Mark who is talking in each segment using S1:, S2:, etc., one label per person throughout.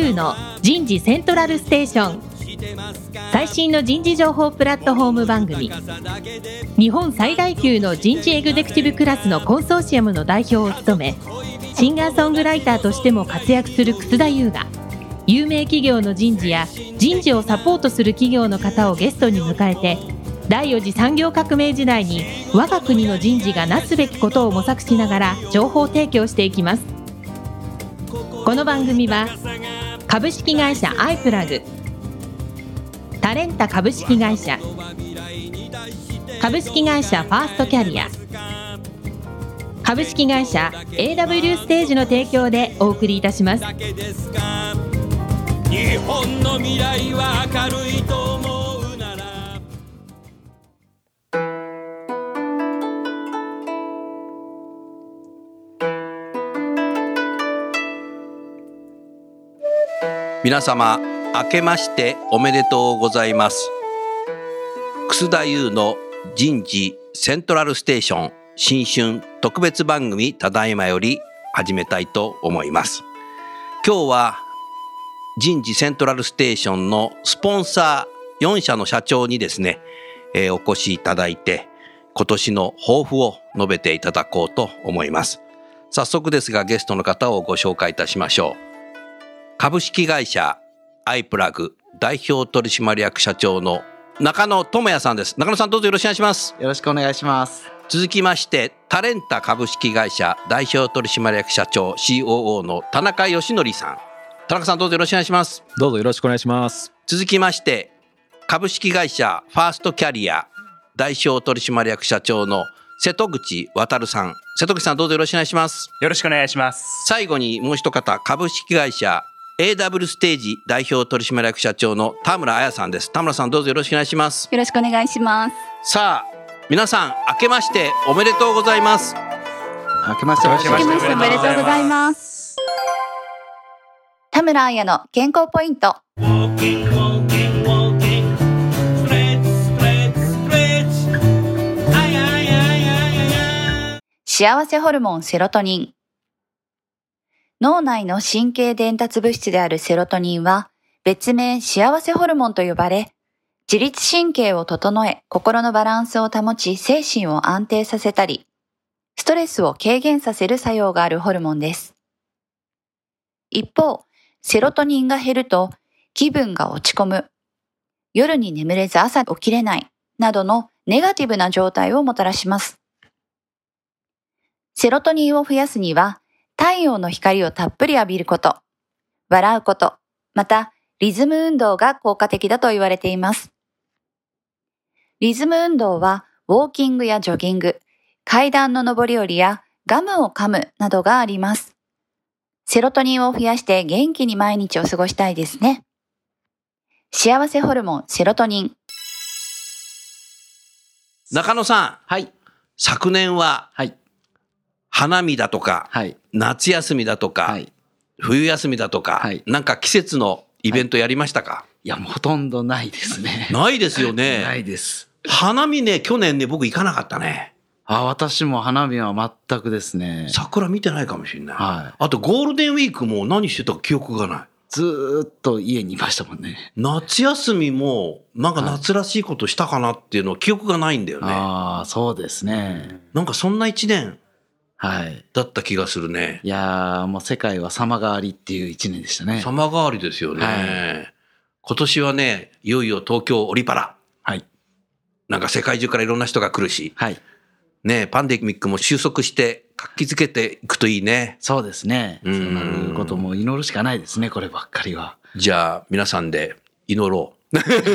S1: 優の人事セントラルステーション、最新の人事情報プラットフォーム番組。日本最大級の人事エグゼクティブクラスのコンソーシアムの代表を務め、シンガーソングライターとしても活躍する楠田優が、有名企業の人事や人事をサポートする企業の方をゲストに迎えて、第4次産業革命時代に我が国の人事がなすべきことを模索しながら情報提供していきます。この番組は株式会社アイプラグ、タレンタ株式会社、株式会社ファーストキャリア、株式会社 AW ステージの提供でお送りいたします。
S2: 日本の未来は明るいと思うなら。
S3: 皆様明けましておめでとうございます。楠田優の人事セントラルステーション新春特別番組ただいまより始めたいと思います。今日は人事セントラルステーションのスポンサー4社の社長にですね、お越しいただいて今年の抱負を述べていただこうと思います。早速ですがゲストの方をご紹介いたしましょう。株式会社アイプラグ代表取締役社長の中野智也さんです。中野さん、どうぞよろしくお願いします。
S4: よろしくお願いします。
S3: 続きましてタレンタ株式会社代表取締役社長 COO の田中義則さん。田中さん、どうぞよろしくお願いします。
S5: どうぞよろしくお願いします。
S3: 続きまして株式会社ファーストキャリア代表取締役社長の瀬戸口渉さん。瀬戸口さん、どうぞよろしくお願いします。
S6: よろしくお願いします。
S3: 最後にもう一方、株式会社 AW ステージ代表取締役社長の田村彩さんです。田村さん、どうぞよろしくお願いします。
S7: よろしくお願いします。
S3: さあ皆さん明けましておめでとうございます。
S4: 明けましておめでとうございます。
S7: 田村彩の健康ポイント。幸せホルモンセロトニン。脳内の神経伝達物質であるセロトニンは別名幸せホルモンと呼ばれ、自律神経を整え、心のバランスを保ち、精神を安定させたり、ストレスを軽減させる作用があるホルモンです。一方、セロトニンが減ると気分が落ち込む、夜に眠れず朝起きれないなどのネガティブな状態をもたらします。セロトニンを増やすには、太陽の光をたっぷり浴びること、笑うこと、またリズム運動が効果的だと言われています。リズム運動はウォーキングやジョギング、階段の上り下りやガムを噛むなどがあります。セロトニンを増やして元気に毎日を過ごしたいですね。幸せホルモンセロトニン。
S3: 中野さん、
S4: はい。
S3: 昨年は、
S4: はい。
S3: 花見だとか、
S4: はい。
S3: 夏休みだとか、
S4: はい。
S3: 冬休みだとか、
S4: はい。
S3: なんか季節のイベントやりましたか？
S4: はい、いや、もうほとんどないですね。
S3: ないですよね。
S4: ないです。
S3: 花見ね、去年ね、僕行かなかったね。
S4: 私も花見は全くですね。
S3: 桜見てないかもしれない。
S4: はい。
S3: あとゴールデンウィークも何してたか記憶がない。
S4: ずーっと家にいましたもんね。
S3: 夏休みもなんか夏らしいことしたかなっていうの記憶がないんだよね。
S4: ああ、そうですね。
S3: なんかそんな一年
S4: はい
S3: だった気がするね。
S4: いやー、もう世界は様変わりっていう一年でしたね。
S3: 様変わりですよね。はい、今年はね、いよいよ東京オリパラ。
S4: はい。
S3: なんか世界中からいろんな人が来るし。
S4: はい。
S3: ね、パンデミックも収束して活気づけていくといいね。
S4: そうですね。そうなることも祈るしかないですね、こればっかりは。
S3: じゃあ皆さんで祈ろう。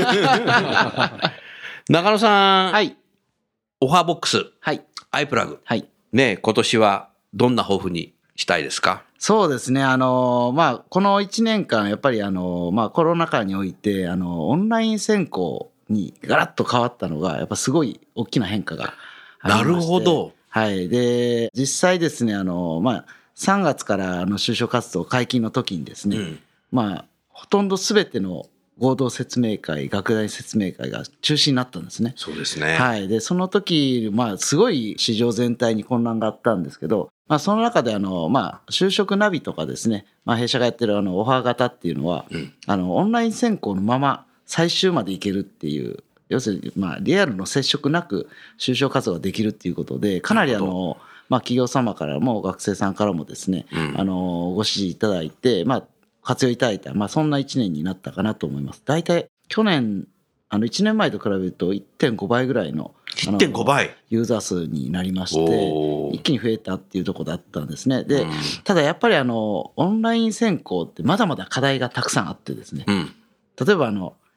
S3: 中野さん、
S4: はい。
S3: オファーボックス、
S4: はい。
S3: アイプラグ、
S4: はい。
S3: ね、今年はどんな抱負にしたいですか？
S4: そうですね。この1年間、やっぱりコロナ禍において、オンライン選考にガラッと変わったのが、やっぱすごい大きな変化がありまして。なるほど。はい。で、実際ですね、3月から就職活動解禁の時にですね、ほとんど全ての合同説明会、学大説明会が中止になったんですね。
S3: そうですね。
S4: はい。で、その時、すごい市場全体に混乱があったんですけど、 その中で就職ナビとかですね、弊社がやってるオファー型っていうのは、オンライン選考のまま最終までいけるっていう、要するにリアルの接触なく就職活動ができるっていうことで、かなり企業様からも学生さんからもですね、ご支持いただいて、活用いただいた、そんな1年になったかなと思います。大体去年1年前と比べると 1.5 倍ぐらいの
S3: 1.5 倍
S4: ユーザー数になりまして、一気に増えたっていうところだったんですね。で、ただやっぱりオンライン選考ってまだまだ課題がたくさんあってですね、例えば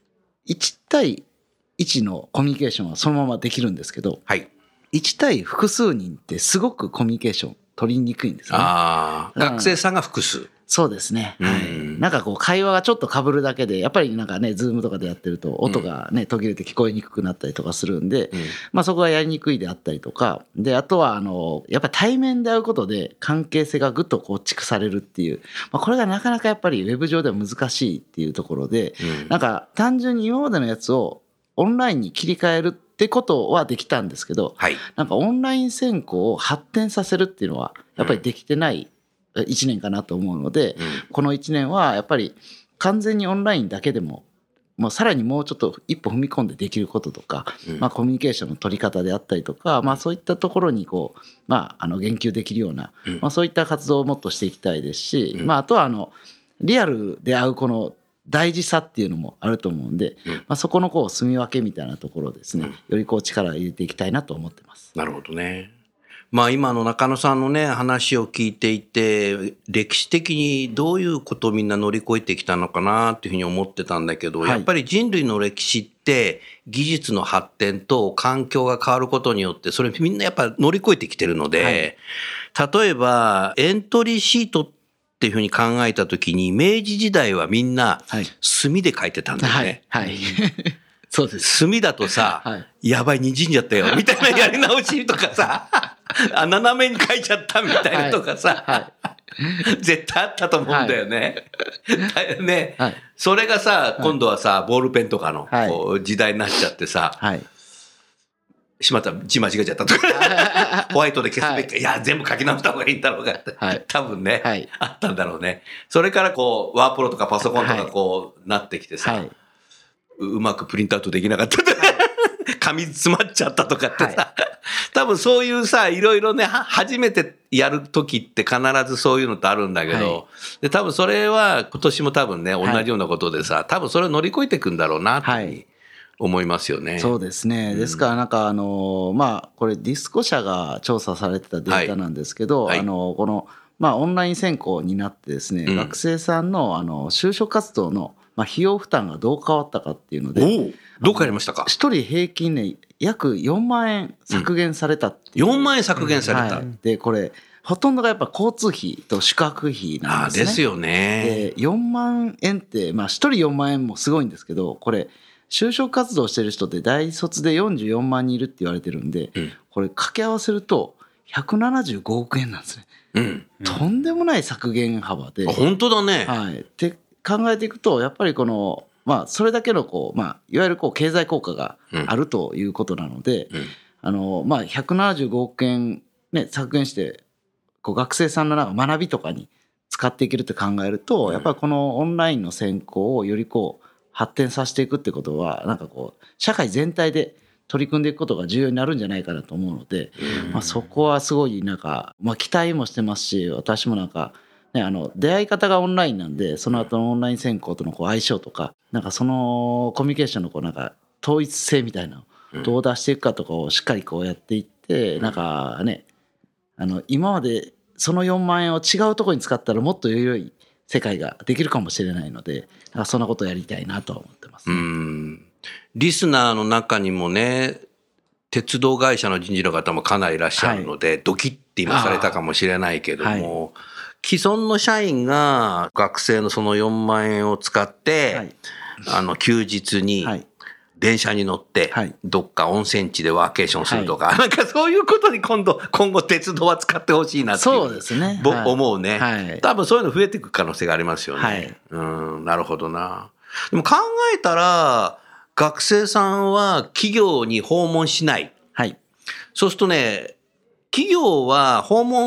S4: 1対1のコミュニケーションはそのままできるんですけど、1対複数人ってすごくコミュニケーション取りにくいんですね。
S3: 学生さんが複数。
S4: そうですね。なんか会話がちょっと被るだけで、やっぱりなんかね、ズームとかでやってると音がね、途切れて聞こえにくくなったりとかするんで、そこがやりにくいであったりとか、で、あとはやっぱり対面で会うことで関係性がぐっと構築されるっていう、これがなかなかやっぱりウェブ上では難しいっていうところで、なんか単純に今までのやつをオンラインに切り替えるってことはできたんですけど、なんかオンライン選考を発展させるっていうのはやっぱりできてない1年かなと思うので、この1年はやっぱり完全にオンラインだけでも、さらにもうちょっと一歩踏み込んでできることとか、コミュニケーションの取り方であったりとか、そういったところに言及できるような、そういった活動をもっとしていきたいですし、あとはリアルで会うこの大事さっていうのもあると思うんで、そこの住み分けみたいなところですね、より力を入れていきたいなと思ってます。
S3: なるほどね。今の中野さんのね話を聞いていて、歴史的にどういうことをみんな乗り越えてきたのかなっていうふうに思ってたんだけど、やっぱり人類の歴史って技術の発展と環境が変わることによってそれみんなやっぱ乗り越えてきてるので、例えばエントリーシートっていうふうに考えた時に、明治時代はみんな墨で書いてたんだよね。
S4: そうです。
S3: 墨だとさ、やばい滲んじゃったよみたいなやり直しとかさ斜めに書いちゃったみたいなとかさ、絶対あったと思うんだよね。それがさ、今度はさボールペンとかの時代になっちゃってさ、しまった字間違えちゃったとかホワイトで消すべきか、いや全部書き直した方がいいんだろうがって、多分ね、あったんだろうね。それからワープロとかパソコンとかなってきてさ、うまくプリントアウトできなかった紙詰まっちゃったとかってさ、多分そういうさいろいろね、初めてやる時って必ずそういうのってあるんだけど、で多分それは今年も多分ね同じようなことでさ、多分それを乗り越えていくんだろうなって思いますよね。
S4: そうですね。ですからなんかこれディスコ社が調査されてたデータなんですけど、このオンライン選考になってですね、学生さんの就職活動の費用負担がどう変わったかっていうので、
S3: どう変わりましたか？
S4: 一人平均ね約4万円削減されたっていう、
S3: 4万円削減された、
S4: でこれほとんどがやっぱ交通費と宿泊費なんですね。
S3: ですよね。
S4: で4万円って一人4万円もすごいんですけど、これ就職活動してる人って大卒で44万人いるって言われてるんで、これ掛け合わせると175億円なんですね。とんでもない削減幅で。
S3: 本当だね。
S4: って考えていくと、やっぱりそれだけのいわゆる経済効果があるということなので、175億円ね削減して学生さんの学びとかに使っていけるって考えると、やっぱりこのオンラインの選考をより発展させていくってことは社会全体で取り組んでいくことが重要になるんじゃないかなと思うので、そこはすごい期待もしてますし、私も出会い方がオンラインなんで、その後のオンライン選考との相性とか、そのコミュニケーションの統一性みたいなのをどう出していくかとかをしっかりやっていって、今までその4万円を違うところに使ったらもっと良い世界ができるかもしれないので、そんなことをやりたいなと思ってます。
S3: リスナーの中にもね、鉄道会社の人事の方もかなりいらっしゃるので、ドキッて今されたかもしれないけども、既存の社員が学生のその4万円を使って、休日に電車に乗ってどっか温泉地でワーケーションするとか、そういうことに今後鉄道は使ってほしいなって
S4: そうですね、
S3: 思うね。多分そういうの増えていく可能性がありますよね。なるほどな。でも考えたら学生さんは企業に訪問しない。そうするとね、企業は訪問し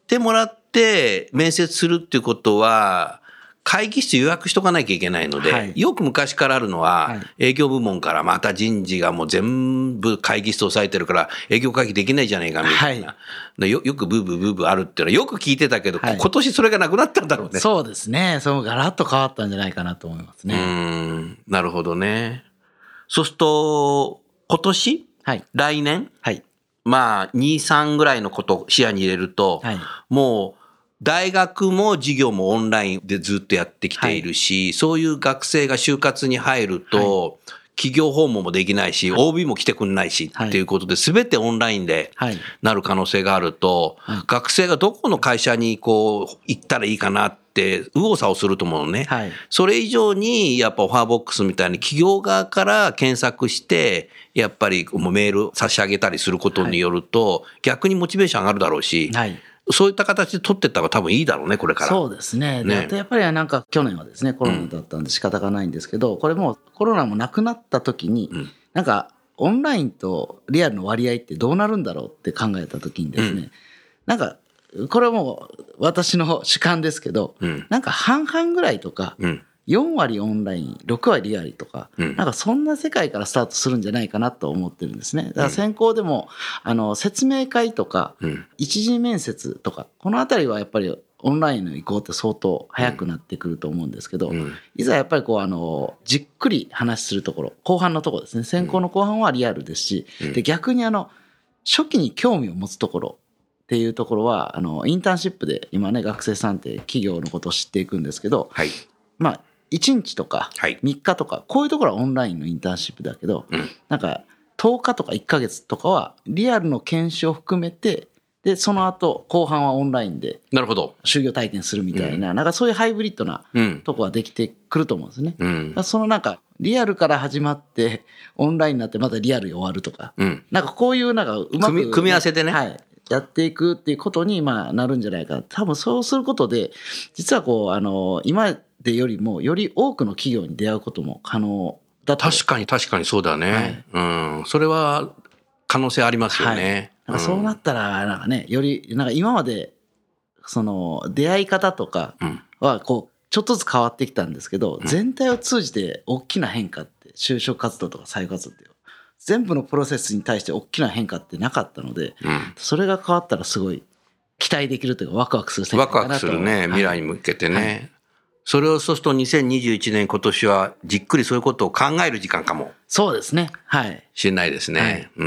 S3: ってもらって面接するっていうことは、会議室予約しとかなきゃいけないので、
S4: はい、
S3: よく昔からあるのは、
S4: はい、
S3: 営業部門からまた人事がもう全部会議室を抑えてるから営業会議できないじゃないかみたいな、はい、よくブーブーブーブーあるっていうのはよく聞いてたけど、はい、今年それがなくなったんだろうね。
S4: そうですね。そのガラッと変わったんじゃないかなと思いますね。
S3: なるほどね。そうすると今年、はい、来年、はい、まあ2、3ぐらいのことを視野に入れると、はい、もう大学も授業もオンラインでずっとやってきているし、はい、そういう学生が就活に入ると、はい、企業訪問もできないし、はい、OB も来てくんないし、はい、っていうことで全てオンラインでなる可能性があると、はい、学生がどこの会社にこう行ったらいいかなって右往左往すると思うのね、はい、それ以上にやっぱオファーボックスみたいに企業側から検索してやっぱりもうメール差し上げたりすることによると、はい、逆にモチベーション上がるだろうし、はい、そういった形で取っていった方が多分いいだろうね、これから。
S4: そうですね。で、あとやっぱりなんか去年はですね、コロナだったんで仕方がないんですけど、これもコロナもなくなった時に、なんかオンラインとリアルの割合ってどうなるんだろうって考えた時にですね、なんかこれはもう私の主観ですけど、なんか半々ぐらいとか、4割オンライン、6割リアルとか、なんかそんな世界からスタートするんじゃないかなと思ってるんですね。だから先行でも、説明会とか、一次面接とか、このあたりはやっぱりオンラインの移行って相当早くなってくると思うんですけど、いざやっぱりこう、じっくり話するところ、後半のところですね。先行の後半はリアルですし、で、逆に初期に興味を持つところっていうところは、インターンシップで今ね、学生さんって企業のことを知っていくんですけど、はい、まあ、1日とか3日とか、こういうところはオンラインのインターンシップだけど、なんか10日とか1ヶ月とかはリアルの研修を含めて、でその後後半はオンラインで就業体験するみたいな、なんかそういうハイブリッドなとこができてくると思うんですね。そのなんかリアルから始まってオンラインになってまたリアルに終わるとか、なんかこういうなんかうまく
S3: 組み合わせでね、
S4: はい、やっていくっていうことにまあなるんじゃないかな。多分そうすることで実はこう今でよりもより多くの企業に出会うことも可能だと。
S3: 確かにそうだね、はい、それは可能性ありますよね、
S4: はい、そうなったらなんかね、よりなんか今までその出会い方とかはこうちょっとずつ変わってきたんですけど、全体を通じて大きな変化って就職活動とか採用活動って全部のプロセスに対して大きな変化ってなかったので、それが変わったらすごい期待できるというかワクワクする世界かなと。
S3: ワクワクするね、未来に向けてね、はい、それをそうすると2021年今年はじっくりそういうことを考える時間かも。
S4: そうですね。はい。
S3: しれないですね。はい、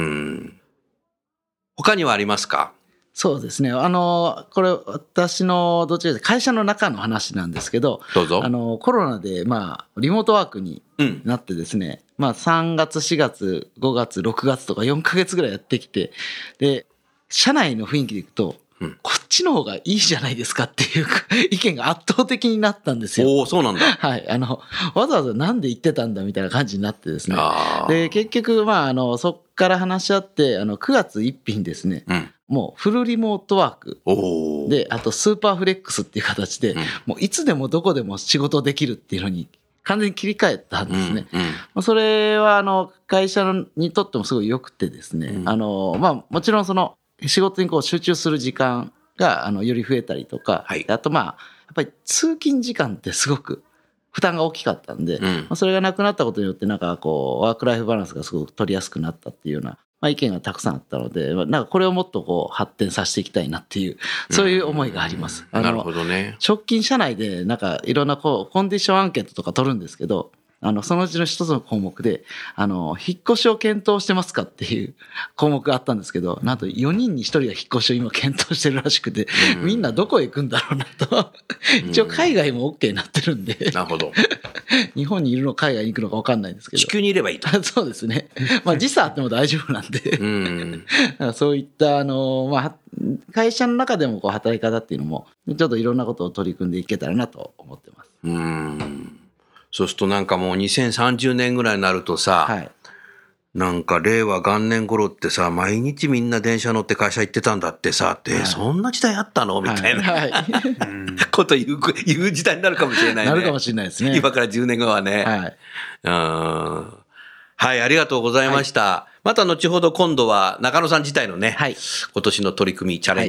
S3: 他にはありますか？
S4: そうですね。これ私のどちらか会社の中の話なんですけど、
S3: どうぞ。
S4: コロナでまあリモートワークになってですね、まあ3月4月5月6月とか4ヶ月ぐらいやってきて、で社内の雰囲気でいくと、こっちの方がいいじゃないですかっていう意見が圧倒的になったんですよ。
S3: おお、そうなんだ。
S4: はい。わざわざなんで言ってたんだみたいな感じになってですね。で、結局、まあ、そっから話し合って、9月1日にですね、もうフルリモートワークで、あとスーパーフレックスっていう形で、もういつでもどこでも仕事できるっていうのに完全に切り替えたんですね。それは、会社にとってもすごい良くてですね、まあ、もちろんその、仕事にこう集中する時間がより増えたりとか、はい、あとまあやっぱり通勤時間ってすごく負担が大きかったんで、それがなくなったことによってなんかこうワークライフバランスがすごく取りやすくなったっていうような、まあ、意見がたくさんあったので、なんかこれをもっとこう発展させていきたいなっていうそういう思いがあります。
S3: なるほどね。
S4: 直近社内でなんかいろんなこうコンディションアンケートとか取るんですけど、そのうちの一つの項目で、引っ越しを検討してますかっていう項目があったんですけど、なんと4人に1人が引っ越しを今検討してるらしくて、みんなどこへ行くんだろうなと。一応海外も OK になってるんで。
S3: なるほど。
S4: 日本にいるのか海外に行くのか分かんないんですけど。
S3: 地球にいればいいと。
S4: そうですね。まあ時差あっても大丈夫なんで。そういった、まあ、会社の中でもこう働き方っていうのも、ちょっといろんなことを取り組んでいけたらなと思ってます。
S3: そうするとなんかもう2030年ぐらいになるとさ、はい、なんか令和元年頃ってさ、毎日みんな電車乗って会社行ってたんだってさって、はい、そんな時代あったのみたいな、はいはい、こと言う時代になるかもしれないね。
S4: なるかもしれないですね。
S3: 今から10年後はね。はい、ありがとうございました。はい、また後ほど今度は中野さん自体のね、はい、今年の取り組みチャレンジ、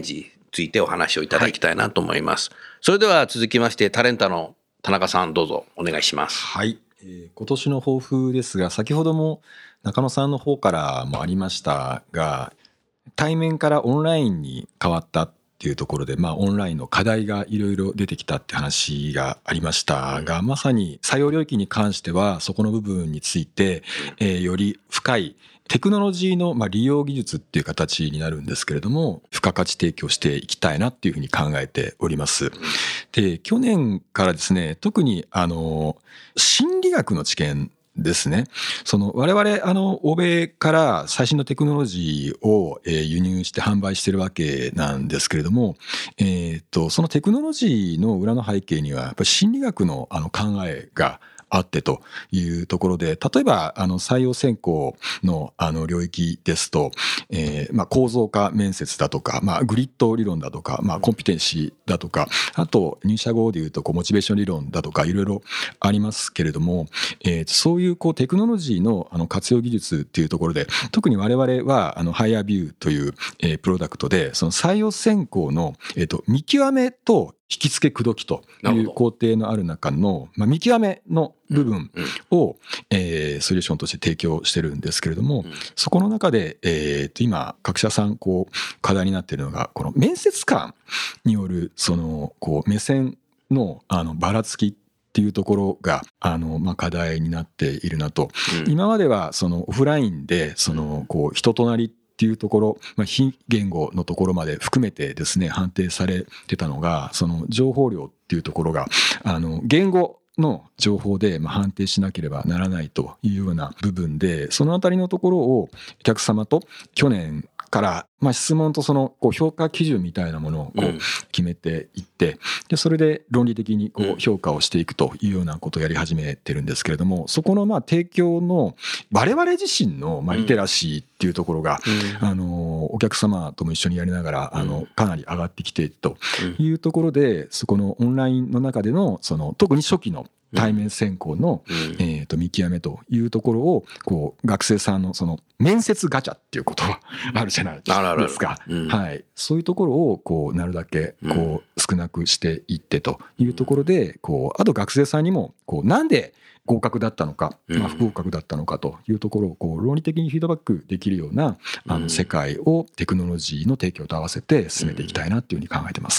S3: ついてお話をいただきたいなと思います。それでは続きましてタレンタの田中さん、どうぞお願いします。
S5: はい、今年の抱負ですが、先ほども中野さんの方からもありましたが、対面からオンラインに変わったっていうところで、オンラインの課題がいろいろ出てきたって話がありましたが、まさに採用領域に関してはそこの部分について、より深いテクノロジーの利用技術っていう形になるんですけれども、付加価値提供していきたいなっていうふうに考えております。で、去年からですね、特に心理学の知見ですね。我々欧米から最新のテクノロジーを輸入して販売してるわけなんですけれども、そのテクノロジーの裏の背景にはやっぱり心理学の考えがあってというところで、例えば採用選考の領域ですと、構造化面接だとか、グリッド理論だとか、コンピテンシーだとか、あと入社後でいうとモチベーション理論だとかいろいろありますけれども、そういうテクノロジーの活用技術っていうところで、特に我々はハイヤービューというプロダクトで、その採用選考の見極めと引き付け口説きという工程のある中の、見極めの部分をソリューションとして提供してるんですけれども、そこの中で今各社さん課題になっているのが、この面接官による目線のばらつきっていうところが課題になっているなと。今まではオフラインで人となりっていうところ、非言語のところまで含めてですね、判定されてたのが、情報量っていうところが言語の情報で判定しなければならないというような部分で、そのあたりのところをお客様と去年から質問と評価基準みたいなものを決めていって、でそれで論理的に評価をしていくというようなことをやり始めてるんですけれども、そこの提供の我々自身のリテラシーっていうところがお客様とも一緒にやりながらかなり上がってきているというところで、そこのオンラインの中での特に初期の対面選考の見極めというところを学生さんの面接ガチャっていうことはあるじゃないですか。はい、そういうところをなるだけ少なくしていってというところで、あと学生さんにもなんで合格だったのか、不合格だったのかというところを論理的にフィードバックできるような世界をテクノロジーの提供と合わせて進めていきたいなというふうに考えてます。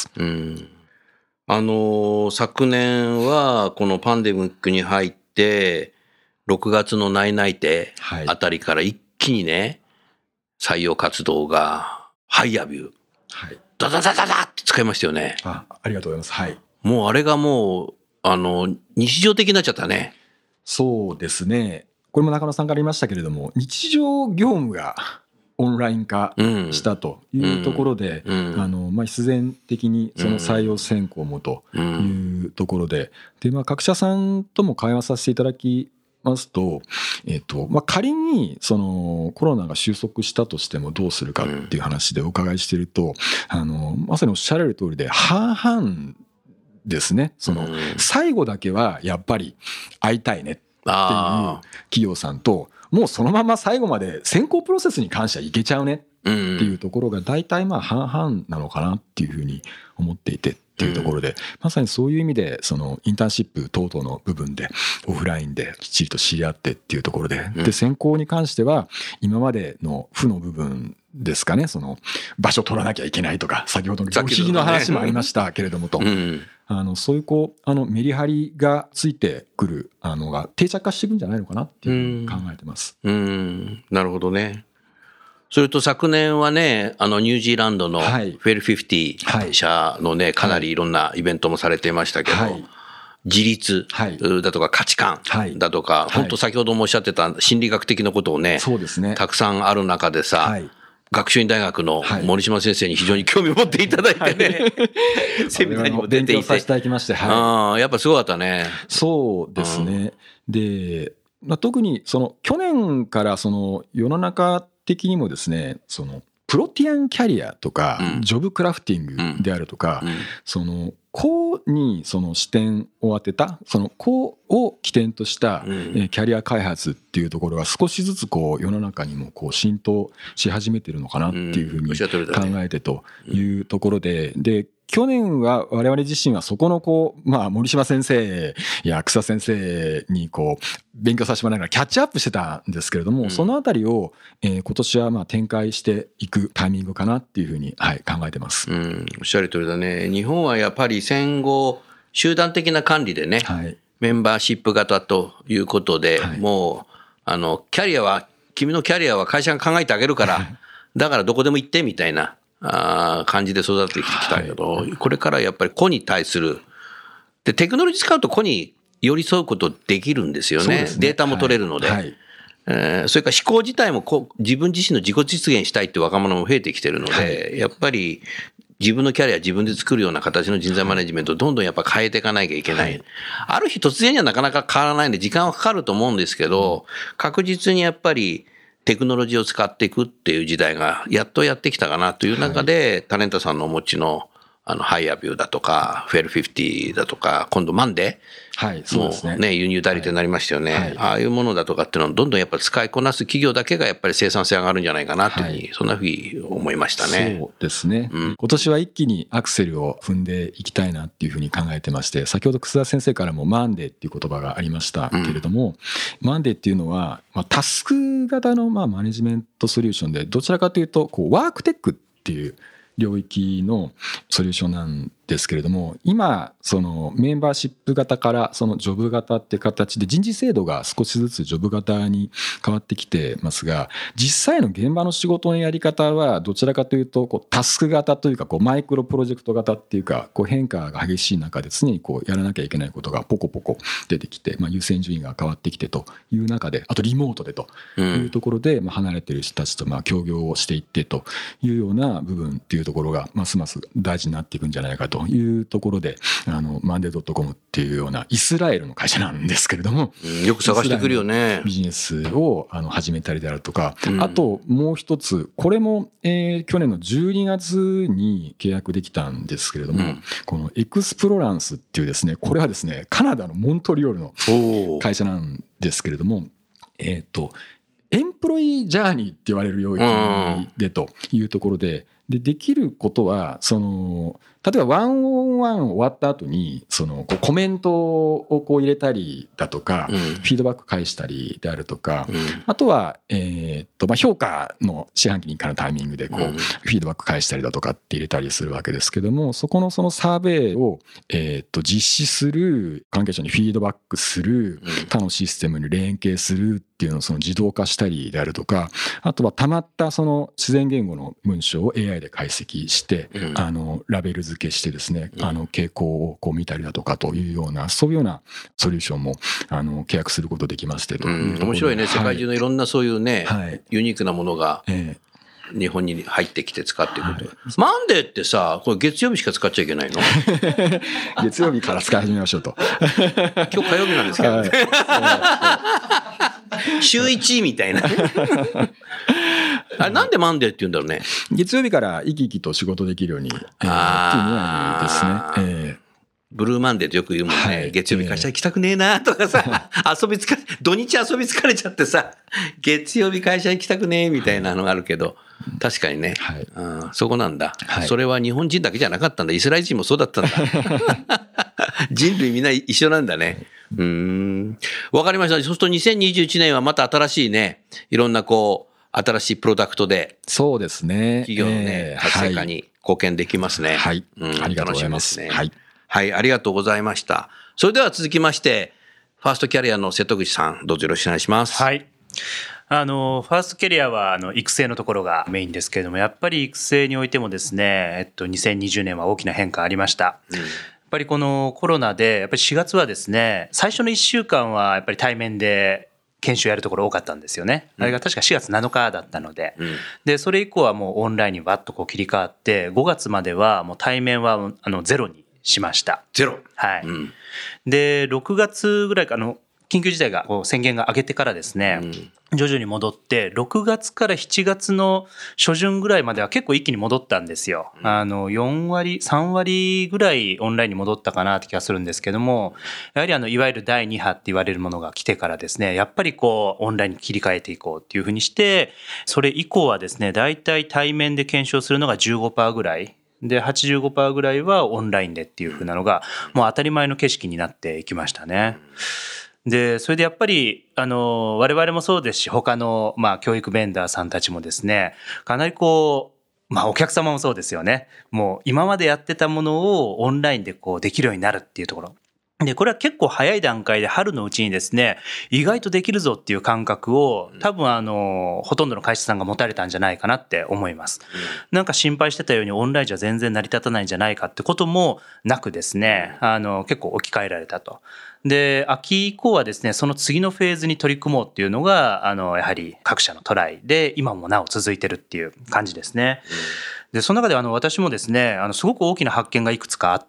S3: 昨年はこのパンデミックに入って6月の内々定あたりから一気にね、採用活動がハイヤービュー、ダダダダダって使いましたよね。
S5: ありがとうございます。はい。
S3: もうあれがもう日常的になっちゃったね。
S5: そうですね。これも中野さんから言いましたけれども、日常業務がオンライン化したというところで、必然的にその採用選考もというところで、各社さんとも会話させていただきますと、仮にコロナが収束したとしてもどうするかっていう話でお伺いしていると、まさにおっしゃられる通りで半々ですね。最後だけはやっぱり会いたいねっていう企業さんと、もうそのまま最後まで選考プロセスに関してはいけちゃうねっていうところが大体半々なのかなっていうふうに思っていてっていうところで、まさにそういう意味でインターンシップ等々の部分でオフラインできっちりと知り合ってっていうところで、選考に関しては今までの負の部分ですかね、場所取らなきゃいけないとか、先ほどの旅費の話もありましたけれどもと、そういうメリハリがついてくるのが定着化していくんじゃないのかなっていう考えてます。
S3: なるほどね。それと昨年はね、ニュージーランドのフェル50社のね、かなりいろんなイベントもされていましたけど、自立だとか価値観だとか、本当先ほどもおっしゃってた心理学的なことをね、たくさんある中でさ、学習院大学の森島先生に非常に興味を持っていただいてね、セミナーにも出ていて、
S5: 勉強させていただきまして、
S3: やっぱすごかったね。
S5: そうですね。で、特に去年から世の中的にもですね、 プロティアンキャリアとか、
S3: うん
S5: ジョブクラフティングであるとか、その個にその視点を当てた、その個を起点としたキャリア開発っていうところが少しずつこう世の中にもこう浸透し始めてるのかなっていうふうに考えてというところで、去年は我々自身はそこのこう、森島先生や草先生にこう勉強させてもらいながらキャッチアップしてたんですけれども、そのあたりを今年は展開していくタイミングかなっていうふうに考えてます。
S3: おっしゃる通りだね。日本はやっぱり戦後集団的な管理でね、メンバーシップ型ということで、もうキャリアは君のキャリアは会社が考えてあげるから、だからどこでも行ってみたいな感じで育ってきたけど、これからやっぱり個に対するでテクノロジー使うと個に寄り添うことできるんですよね。データも取れるので、それから思考自体も自分自身の自己実現したいって若者も増えてきてるので、やっぱり自分のキャリア自分で作るような形の人材マネジメントをどんどんやっぱ変えていかなきゃいけない。ある日突然にはなかなか変わらないんで時間はかかると思うんですけど、確実にやっぱりテクノロジーを使っていくっていう時代がやっとやってきたかなという中で、タレントさんのお持ちのハイアビューだとかフェル50だとか、今度マンデー、そうですね、輸入代理店になりましたよね、ああいうものだとかっていうのをどんどんやっぱり使いこなす企業だけがやっぱり生産性上がるんじゃないかなというふうに、そんなふうに思いましたね。
S5: そうですね、今年は一気にアクセルを踏んでいきたいなっていうふうに考えてまして、先ほど楠田先生からもマンデーっていう言葉がありましたけれども、マンデーっていうのは、タスク型のマネジメントソリューションで、どちらかというとこうワークテックっていう領域のソリューションなんですけれども、今そのメンバーシップ型からそのジョブ型っていう形で人事制度が少しずつジョブ型に変わってきてますが、実際の現場の仕事のやり方はどちらかというとこうタスク型というかこうマイクロプロジェクト型っていうか、こう変化が激しい中で常にこうやらなきゃいけないことがポコポコ出てきて、優先順位が変わってきてという中で、あとリモートでというところで離れている人たちと協業をしていってというような部分っていうところがますます大事になっていくんじゃないかというところで、マンデー .com っていうようなイスラエルの会社なんですけれども、
S3: よく探してくるよね。
S5: ビジネスを始めたりであるとか、あともう一つ、これも、去年の12月に契約できたんですけれども、このエクスプロランスっていうですね、これはですねカナダのモントリオールの会社なんですけれども、エンプロイジャーニーって言われる領域でというところで、できることはその例えばワンオンワン終わった後にそのこうコメントをこう入れたりだとか、フィードバック返したりであるとか、あとは評価の四半期に1回のタイミングでこうフィードバック返したりだとかって入れたりするわけですけども、そこのそのサーベイを実施する、関係者にフィードバックする、他のシステムに連携するっていうのをその自動化したりであるとか、あとはたまったその自然言語の文章を AI で解析して、ラベル付けしてですね、傾向をこう見たりだとかというような、そういうようなソリューションも契約することできましてというところで、
S3: 面白いね。世界中のいろんなそういうね、ユニークなものが日本に入ってきて使っていくと、マンデーってさ、これ月曜日しか使っちゃいけないの？
S5: 月曜日から使い始めましょうと。
S3: 今日火曜日なんですけどね。週1みたいな。あれなんでマンデーって言うんだろうね。
S5: 月曜日から生き生きと仕事できるようにっていうのはですね。
S3: ブルーマンデーってよく言うもんね。月曜日会社行きたくねえなとかさ、土日遊び疲れちゃってさ、月曜日会社行きたくねえみたいなのがあるけど、確かにね、そこなんだ、それは日本人だけじゃなかったんだ。イスラエル人もそうだったんだ。人類みんな一緒なんだね。わかりました。そうすると2021年はまた新しいね、いろんなこう新しいプロダクトで、
S5: そうですね、
S3: 企業のね、活性化に貢献できますね。
S5: ありがとうございます。
S3: はい、ありがとうございました。それでは続きまして、ファーストキャリアの瀬戸口さん、どうぞよろしくお願いします。
S6: はい。ファーストキャリアは育成のところがメインですけれども、やっぱり育成においてもですね、2020年は大きな変化ありました。やっぱりこのコロナで、やっぱり4月はですね、最初の1週間はやっぱり対面で研修やるところ多かったんですよね。あれが確か4月7日だったので、でそれ以降はもうオンラインにバッとこう切り替わって、5月まではもう対面はゼロにしました。
S3: ゼロ。
S6: はい。で6月ぐらいか緊急事態が宣言が上げてからですね、徐々に戻って6月から7月の初旬ぐらいまでは結構一気に戻ったんですよ。4割3割ぐらいオンラインに戻ったかなって気がするんですけども、やはりいわゆる第2波って言われるものが来てからですね、やっぱりオンラインに切り替えていこうっていうふうにして、それ以降はですね、だいたい対面で検証するのが 15% ぐらいで 85% ぐらいはオンラインでっていう風なのがもう当たり前の景色になっていきましたね。でそれでやっぱり我々もそうですし、他の教育ベンダーさんたちもですね、かなりお客様もそうですよね。もう今までやってたものをオンラインでできるようになるっていうところで、これは結構早い段階で春のうちにですね、意外とできるぞっていう感覚を多分ほとんどの会社さんが持たれたんじゃないかなって思います。なんか心配してたようにオンラインじゃ全然成り立たないんじゃないかってこともなくですね、結構置き換えられたと。で秋以降はですね、その次のフェーズに取り組もうっていうのがやはり各社のトライで今もなお続いてるっていう感じですね。でその中で私もですね、すごく大きな発見がいくつかあって、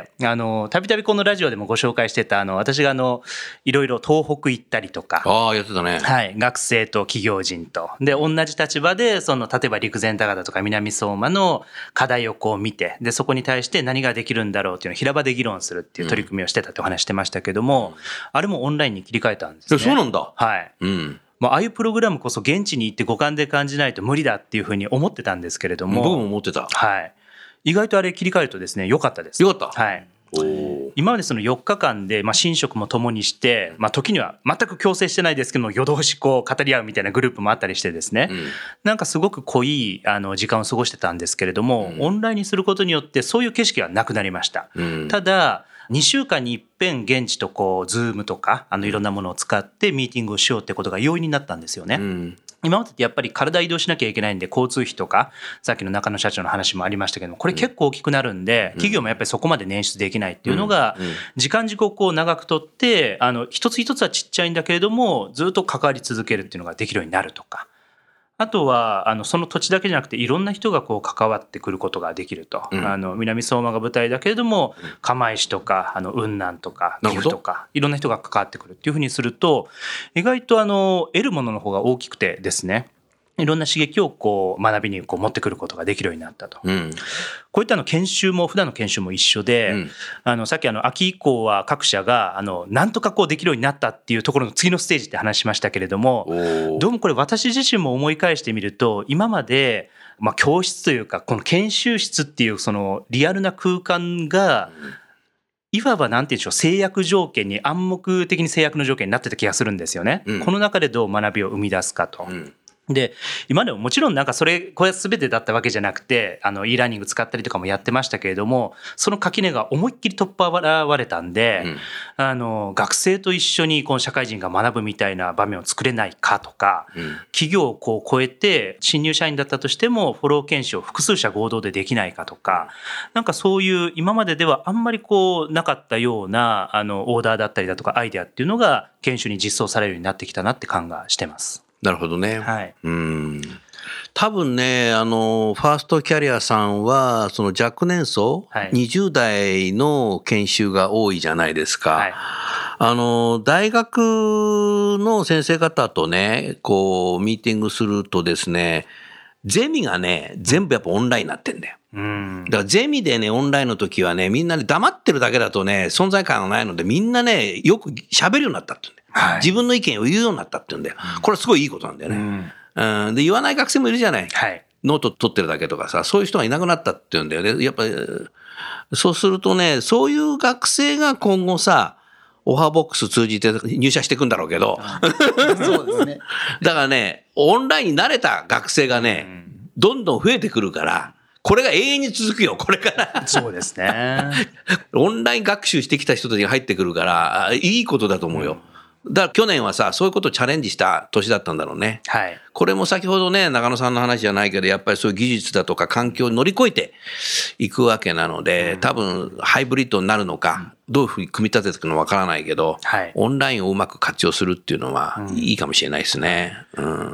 S6: たびたびこのラジオでもご紹介してた私がいろいろ東北行ったりとか、
S3: やってたね。
S6: はい、学生と企業人とで同じ立場で例えば陸前高田とか南相馬の課題を見て、でそこに対して何ができるんだろうっていうのを平場で議論するっていう取り組みをしてたってお話してましたけども、あれもオンラインに切り替えたんですね。
S3: そうなんだ。
S6: はい。ああいうプログラムこそ現地に行って五感で感じないと無理だっていうふうに思ってたんですけれども、
S3: 僕も思ってた。
S6: はい。意外とあれ切り替えるとですね、良かったです。
S3: 良かった。
S6: はい。今までその4日間で寝食も共にして、時には全く強制してないですけども夜通し語り合うみたいなグループもあったりしてですね、なんかすごく濃い時間を過ごしてたんですけれども、オンラインにすることによってそういう景色はなくなりました。ただ2週間に一遍現地とズームとかいろんなものを使ってミーティングをしようってことが容易になったんですよね。今までってやっぱり体移動しなきゃいけないんで、交通費とかさっきの中野社長の話もありましたけども、これ結構大きくなるんで、企業もやっぱりそこまで捻出できないっていうのが時間軸を長くとって一つ一つはちっちゃいんだけれどもずっと関わり続けるっていうのができるようになるとか、あとはその土地だけじゃなくていろんな人が関わってくることができると、南相馬が舞台だけれども釜石とか雲南とか岐阜とかいろんな人が関わってくるっていうふうにすると、意外と得るものの方が大きくてですね、いろんな刺激を学びに持ってくることができるようになったと、こういった研修も普段の研修も一緒で、さっき秋以降は各社がなんとかできるようになったっていうところの次のステージって話しましたけれども、どうもこれ私自身も思い返してみると、今まで教室というかこの研修室っていうそのリアルな空間がいわばなんていうんでしょう、制約条件に暗黙的に制約の条件になってた気がするんですよね。この中でどう学びを生み出すかと。で今でももちろんこれ全てだったわけじゃなくてe ラーニング使ったりとかもやってましたけれども、その垣根が思いっきり取っ払われたんで、学生と一緒にこの社会人が学ぶみたいな場面を作れないかとか、企業を超えて新入社員だったとしてもフォロー研修を複数社合同でできないかとか、なんかそういう今までではあんまりなかったようなオーダーだったりだとかアイデアっていうのが研修に実装されるようになってきたなって感がしてます。
S3: なるほどね。
S6: はい、
S3: 多分ね、ファーストキャリアさんはその若年層、20代の研修が多いじゃないですか。大学の先生方とねミーティングするとですね、ゼミがね全部やっぱオンラインになってんだよ。だからゼミでねオンラインの時はね、みんなね黙ってるだけだとね存在感がないので、みんなねよく喋るようになったって言うんだよ。自分の意見を言うようになったって言うんだよ。これはすごいいいことなんだよね。で言わない学生もいるじゃない。ノート取ってるだけとかさ、そういう人がいなくなったって言うんだよね。やっぱりそうするとね、そういう学生が今後さオハボックス通じて入社していくんだろうけど
S4: そうですね。
S3: だからねオンラインに慣れた学生がね、どんどん増えてくるから、これが永遠に続くよこれから
S6: そうですね。
S3: オンライン学習してきた人たちが入ってくるからいいことだと思うよ。だから去年はさそういうことをチャレンジした年だったんだろうね。これも先ほどね中野さんの話じゃないけど、やっぱりそういう技術だとか環境を乗り越えていくわけなので、多分ハイブリッドになるのか、どういうふうに組み立てていくのかわからないけど、オンラインをうまく活用するっていうのはいいかもしれないですね。
S6: あ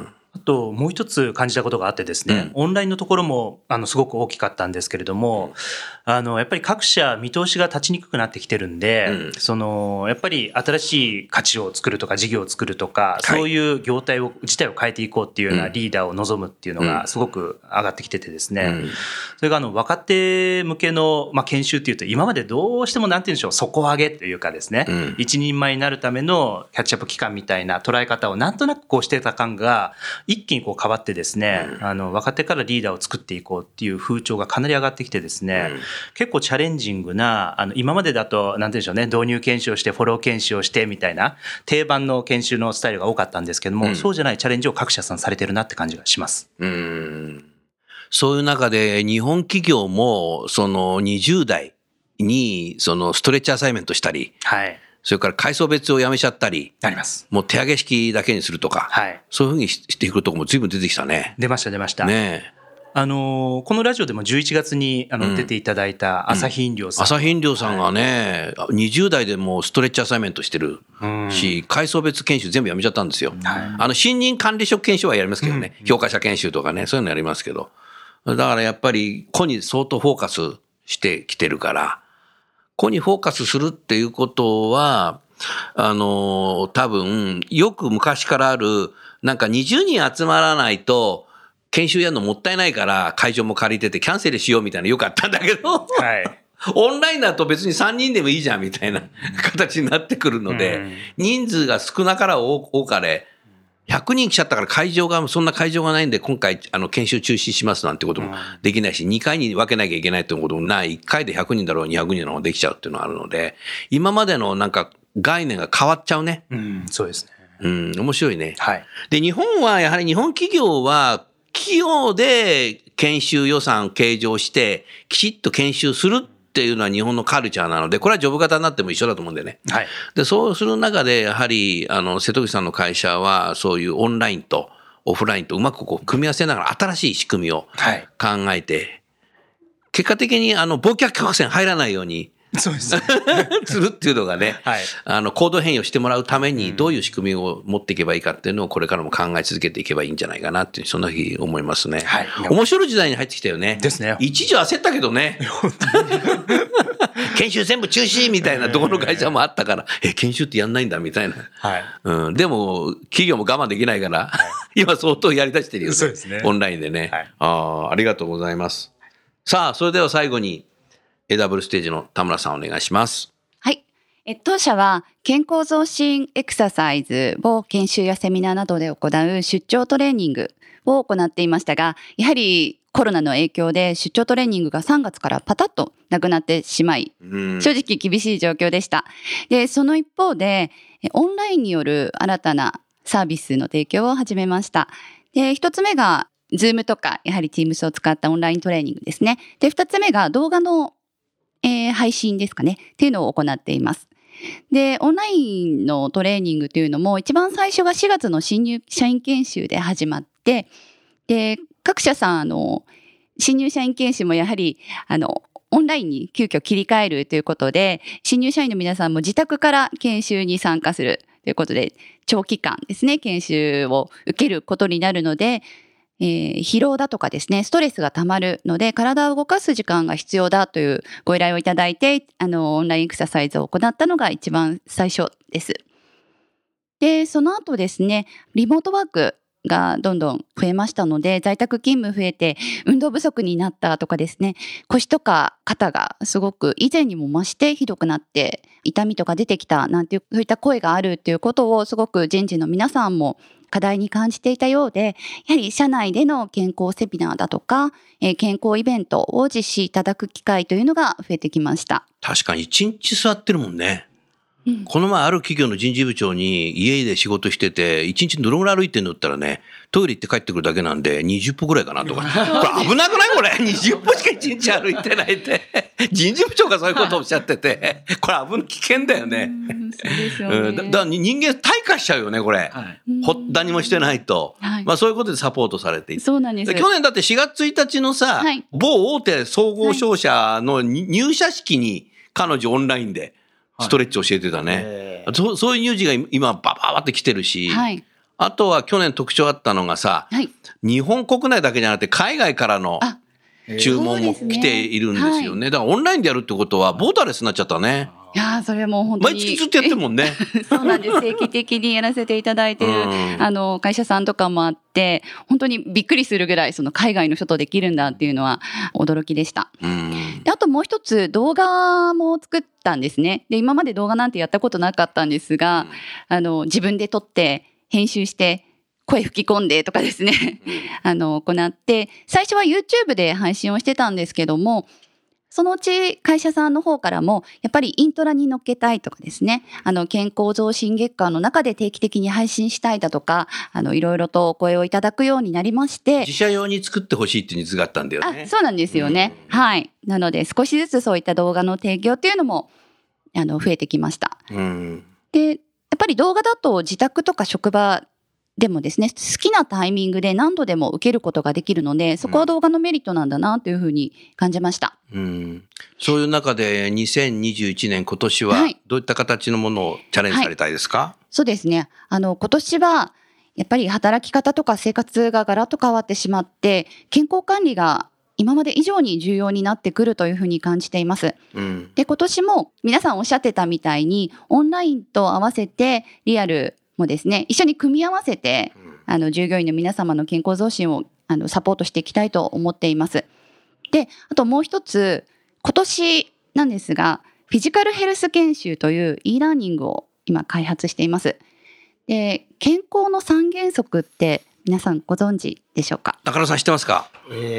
S6: ともう一つ感じたことがあってですね、オンラインのところもすごく大きかったんですけれども、やっぱり各社見通しが立ちにくくなってきてるんで、やっぱり新しい価値を作るとか事業を作るとか、そういう業態自体を変えていこうっていうようなリーダーを望むっていうのがすごく上がってきててですね、それが若手向けの、研修っていうと今までどうしてもなんて言うんでしょう、底上げというかですね、一人前になるためのキャッチアップ期間みたいな捉え方をなんとなくこうしてた感が一気にこう変わってですね、若手からリーダーを作っていこうっていう風潮がかなり上がってきてですね、結構チャレンジングな今までだとなんて言うんでしょうね、導入研修をしてフォロー研修をしてみたいな定番の研修のスタイルが多かったんですけども、そうじゃないチャレンジを各社さんされてるなって感じがします。
S3: そういう中で日本企業もその20代にそのストレッチアサイメントしたり、それから階層別をやめちゃったり、
S6: あります。
S3: もう手上げ式だけにするとか、そういうふうにしていくところも随分出てきたね。
S6: 出ました。ね。このラジオでも11月に出ていただいた朝日飲料さん。
S3: 朝日飲料さんがね、20代でもうストレッチアサイメントしてるし、階層別研修全部やめちゃったんですよ。新任管理職研修はやりますけどね、評価者研修とかね、そういうのやりますけど。だからやっぱり個に相当フォーカスしてきてるから、個にフォーカスするっていうことは、多分、よく昔からある、なんか20人集まらないと、研修やるのもったいないから会場も借りててキャンセルしようみたいなのよくあったんだけど、オンラインだと別に3人でもいいじゃんみたいな形になってくるので、人数が少なから多かれ、100人来ちゃったからそんな会場がないんで今回研修中止しますなんてこともできないし、2回に分けなきゃいけないってこともない、1回で100人だろう200人だろうできちゃうっていうのがあるので、今までのなんか概念が変わっちゃうね。
S6: そうです
S3: ね。面白いね。で、日本はやはり日本企業は企業で研修予算計上してきちっと研修するっていうのは日本のカルチャーなので、これはジョブ型になっても一緒だと思うんでね。で、そうする中でやはり瀬戸口さんの会社はそういうオンラインとオフラインとうまくこう組み合わせながら新しい仕組みを考えて、結果的に忘却曲線入らないように
S6: そうですね。
S3: するっていうのがね、行動変容してもらうためにどういう仕組みを持っていけばいいかっていうのをこれからも考え続けていけばいいんじゃないかなっていう、そんなふうに思いますね。面白い時代に入ってきたよね。
S6: ですね。
S3: 一時焦ったけどね。研修全部中止みたいなどこの会社もあったから、研修ってやんないんだみたいな。でも企業も我慢できないから、今相当やり出してるよね。
S6: そうですね。
S3: オンラインでね。ありがとうございます。さあ、それでは最後にAW ステージの田村さんお願いします。
S7: はい。当社は健康増進エクササイズを研修やセミナーなどで行う出張トレーニングを行っていましたが、やはりコロナの影響で出張トレーニングが3月からパタッとなくなってしまい、正直厳しい状況でした。で、その一方でオンラインによる新たなサービスの提供を始めました。で、一つ目がZoom とかやはり Teams を使ったオンライントレーニングですね。で、二つ目が動画の配信ですかねっていうのを行っています。で、オンラインのトレーニングというのも一番最初が4月の新入社員研修で始まって、で、各社さん新入社員研修もやはりオンラインに急遽切り替えるということで、新入社員の皆さんも自宅から研修に参加するということで、長期間ですね、研修を受けることになるので、疲労だとかですね、ストレスがたまるので、体を動かす時間が必要だというご依頼をいただいて、オンラインエクササイズを行ったのが一番最初です。で、その後ですね、リモートワークがどんどん増えましたので、在宅勤務増えて運動不足になったとかですね、腰とか肩がすごく以前にも増してひどくなって痛みとか出てきたなんていうそういった声があるということをすごく人事の皆さんも課題に感じていたようで、やはり社内での健康セミナーだとか、健康イベントを実施いただく機会というのが増えてきました。
S3: 確かに一日座ってるもんね。この前ある企業の人事部長に家で仕事してて、一日どのぐらい歩いてんのって言ったらね、トイレ行って帰ってくるだけなんで20歩ぐらいかなとか。これ危なくないこれ20歩しか一日歩いてないって。人事部長がそういうことをおっしゃってて、これ危ない危険だよね。
S7: そうですよね。
S3: だから人間退化しちゃうよねこれ。何もしてないと。まあそういうことでサポートされていて。
S7: そうなんです。
S3: 去年だって4月1日のさ、某大手総合商社の入社式に彼女オンラインでストレッチ教えてたね。そういう乳児が今バババって来てるし、 あとは去年特徴あったのがさ、
S8: はい、
S3: 日本国内だけじゃなくて海外からの注文も来ているんですよね。だからオンラインでやるってことはボーダーレスになっちゃったね。
S8: いやそれも本当に
S3: 毎月ずっとやってるもんね。
S8: そうなんです。定期的にやらせていただいてる、会社さんとかもあって、本当にびっくりするぐらいその海外の人とできるんだっていうのは驚きでした。であともう一つ動画も作ったんですね。で今まで動画なんてやったことなかったんですが、自分で撮って編集して声吹き込んでとかですね行って、最初は YouTube で配信をしてたんですけども、そのうち会社さんの方からもやっぱりイントラに乗っけたいとかですね、健康増進月間の中で定期的に配信したいだとか、いろいろとお声をいただくようになりまして、
S3: 自社用に作ってほしいっていうニーズがあったんだよね。
S8: そうなんですよね。はい。なので少しずつそういった動画の提供っていうのも増えてきました。でやっぱり動画だと自宅とか職場でもですね、好きなタイミングで何度でも受けることができるので、そこは動画のメリットなんだなというふうに感じました。
S3: そういう中で2021年今年はどういった形のものをチャレンジされたいですか？
S8: そうですね。今年はやっぱり働き方とか生活がガラッと変わってしまって、健康管理が今まで以上に重要になってくるというふうに感じています。で、今年も皆さんおっしゃってたみたいにオンラインと合わせてリアルもですね、一緒に組み合わせて従業員の皆様の健康増進をサポートしていきたいと思っています。で、あともう一つ、今年なんですが、フィジカルヘルス研修という e ラーニングを今開発しています。で、健康の3原則って皆さんご存知でしょうか？
S3: 中野さん知ってますか？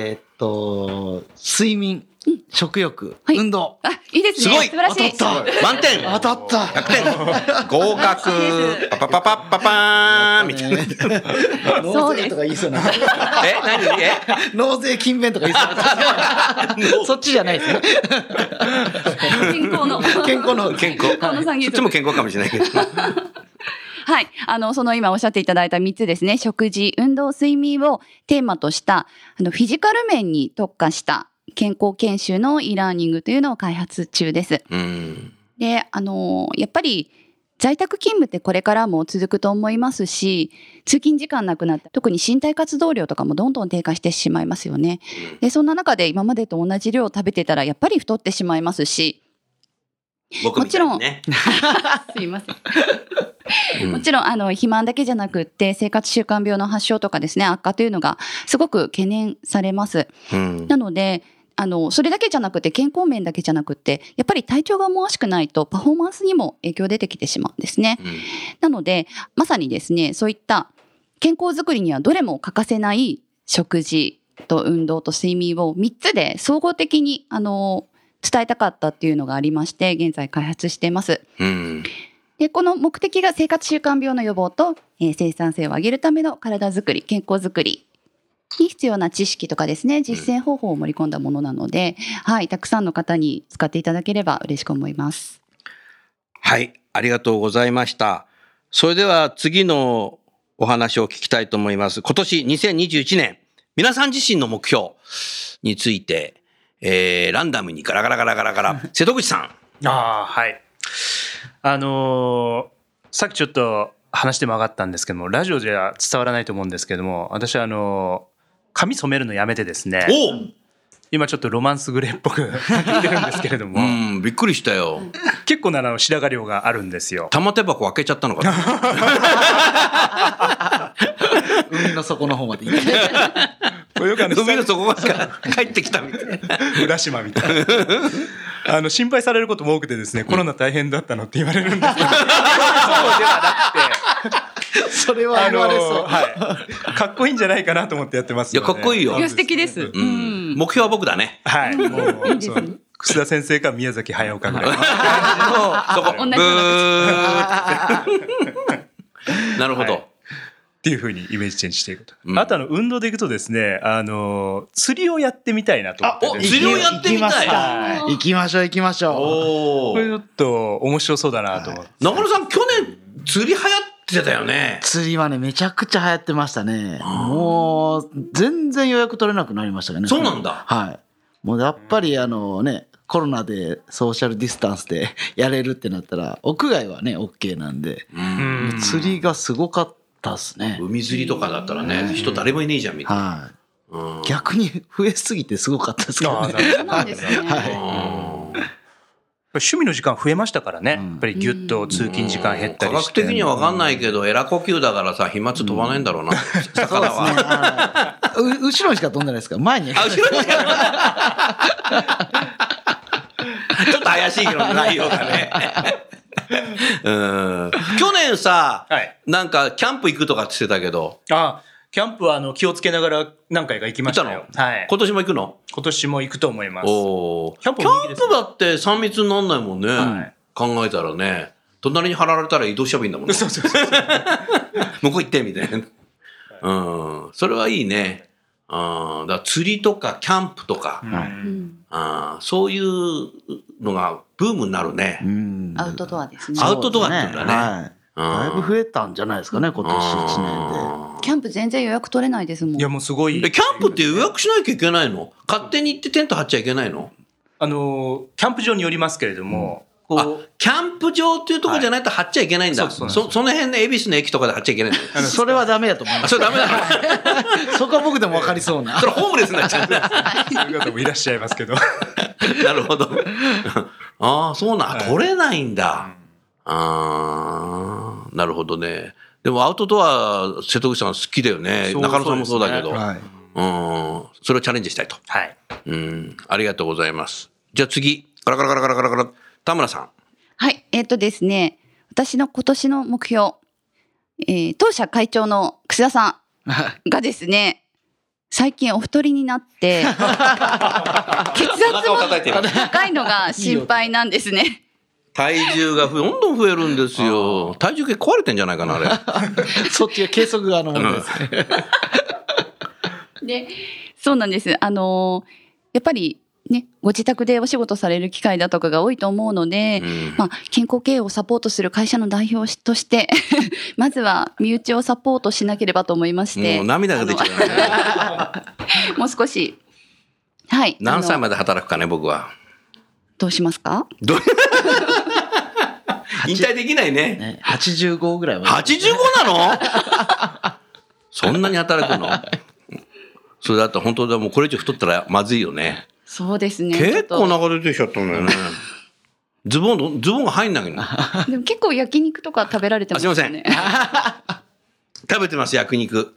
S4: 睡眠、食欲、運動。
S8: いいですね。
S3: すごい。
S8: 素晴らしい。
S3: 満点。
S4: 当たった。
S3: 100点。合格。パパパパッパパーンみたいな。
S4: 納税とか言いそうな。
S3: 何？
S4: 納税勤勉とか言いそうな。そっちじゃないですね。
S8: 健康の。
S3: 健康。そっちも健康かもしれないけど。
S8: はい。その今おっしゃっていただいた3つですね。食事、運動、睡眠をテーマとした、フィジカル面に特化した健康研修の e ラーニングというのを開発中です。で、やっぱり在宅勤務ってこれからも続くと思いますし、通勤時間なくなった特に身体活動量とかもどんどん低下してしまいますよね。で、そんな中で今までと同じ量を食べてたらやっぱり太ってしまいますし、
S3: 僕みたいにね。
S8: すいません。もちろん肥満だけじゃなくって生活習慣病の発症とかですね、悪化というのがすごく懸念されます。なのでそれだけじゃなくて健康面だけじゃなくってやっぱり体調が思わしくないとパフォーマンスにも影響出てきてしまうんですね。なのでまさにですね、そういった健康づくりにはどれも欠かせない食事と運動と睡眠を3つで総合的に伝えたかったっていうのがありまして、現在開発しています。で、この目的が生活習慣病の予防と、生産性を上げるための体づくり、健康づくりに必要な知識とかですね、実践方法を盛り込んだものなので、はい、たくさんの方に使っていただければ嬉しく思います。
S3: はい、ありがとうございました。それでは次のお話を聞きたいと思います。今年2021年、皆さん自身の目標について、ランダムにガラガラ瀬戸口さん。
S6: はい。さっきちょっと話しても上がったんですけども、ラジオじゃ伝わらないと思うんですけども、私髪染めるのやめてですね、今ちょっとロマンスグレーっぽくなってるんですけれども、
S3: びっくりしたよ。
S6: 結構な白髪量があるんですよ。
S3: 玉手箱開けちゃったのかな。
S4: 海の底の方まで行って
S3: 海の底から帰ってきたみたいな。
S6: 浦島みたいな。心配されることも多くてですね、コロナ大変だったのって言われるんですけど、そうではなくて、
S4: それは言われそう。
S6: かっこいいんじゃないかなと思ってやってます。
S3: いや、かっこいいよ。
S8: いや、素敵です。
S3: 目標は僕だね。
S6: はい。もういいですね。楠田先生か宮崎駿かぐらいの感じの、そこブー。なるほど。っていう風にイメージチェンジしていくと。あと運動でいくとですね、釣りをやってみたいなと思って。
S3: 釣りをやってみたい。
S4: 行きましょう。
S6: これちょっと面白そうだなと思って。
S3: 中野さん、去年釣り流行ってたよね。
S4: 釣りはね、めちゃくちゃ流行ってましたね。もう全然予約取れなくなりましたけどね。
S3: そうなんだ。
S4: はい。もうやっぱりコロナでソーシャルディスタンスでやれるってなったら屋外はね OK なんで、釣りがすごかったっすね。
S3: 海釣りとかだったらね、人誰もいねえじゃんみたいな。
S4: はい。逆に増えすぎてすごかったですけどね。
S8: そうなんですね。
S6: 趣味の時間増えましたからね。やっぱりギュッと通勤時間減ったりして。
S3: 科学的には分かんないけど、エラ呼吸だからさ、飛沫飛ばないんだろうな。魚は。
S4: 後ろにしか飛んでないですから、前に。
S3: 後ろにしか飛んでない。ちょっと怪しいけど、内容がね。去年さ、なんかキャンプ行くとかって言ってたけど。
S6: キャンプは気をつけながら何回か行きましたよ。はい。
S3: 今年も行くの？
S6: 今年も行くと思います。
S3: キャンプだって3密になんないもんね。はい、考えたらね。隣に貼られたら移動しちゃえばいいんだもんね。そう。向こう行ってみたいな。それはいいね。だから釣りとかキャンプとか、そういうのがブームになるね。
S8: アウトドアですね。
S3: アウトドアって言うんだね。
S4: はい、だいぶ増えたんじゃないですかね、今年1年で。
S8: キャンプ全然予約取れないですもん。
S6: いや、もうすごい。
S3: キャンプって予約しなきゃいけないの？勝手に行ってテント張っちゃいけないの？
S6: キャンプ場によりますけれども。
S3: キャンプ場っていうところじゃないと張っちゃいけないんだ。その辺で恵比寿の駅とかで張っちゃいけないの？
S4: それはダメだと思います。
S3: それダメだ。
S4: そこは僕でも分かりそうな。
S3: それホームレスになっちゃう。
S6: そういう方もいらっしゃいますけど。
S3: なるほど。そうなん。取れないんだ。なるほどね。でもアウトドア、瀬戸口さん好きだよね。中野さんもそうだけど。それをチャレンジしたいと。
S6: はい。
S3: ありがとうございます。じゃあ次、カラカラ、田村さん。
S8: はい。ですね、私の今年の目標、当社会長の楠田さんがですね、最近お太りになって、血圧も高いのが心配なんですね。
S3: 体重がどんどん増えるんですよ。体重計壊れてんじゃないかな、あれ。
S4: そっちが計測側のものですね。
S8: で、そうなんです。やっぱりね、ご自宅でお仕事される機会だとかが多いと思うので、健康経営をサポートする会社の代表として、まずは身内をサポートしなければと思いまして。
S3: もう涙が出ちゃ
S8: うね。もう少し。はい。
S3: 何歳まで働くかね、僕は。
S8: どうしますか？
S3: 引退できないね。
S4: 85ぐらいは。
S3: 85なの？そんなに働くの？それだったら本当だ、もうこれ以上太ったらまずいよね。
S8: そうですね。
S3: 結構お腹出てきちゃったんだよね。ズボンが入んないけど。
S8: でも結構焼肉とか食べられてますよね。
S3: すいません。食べてます、焼肉。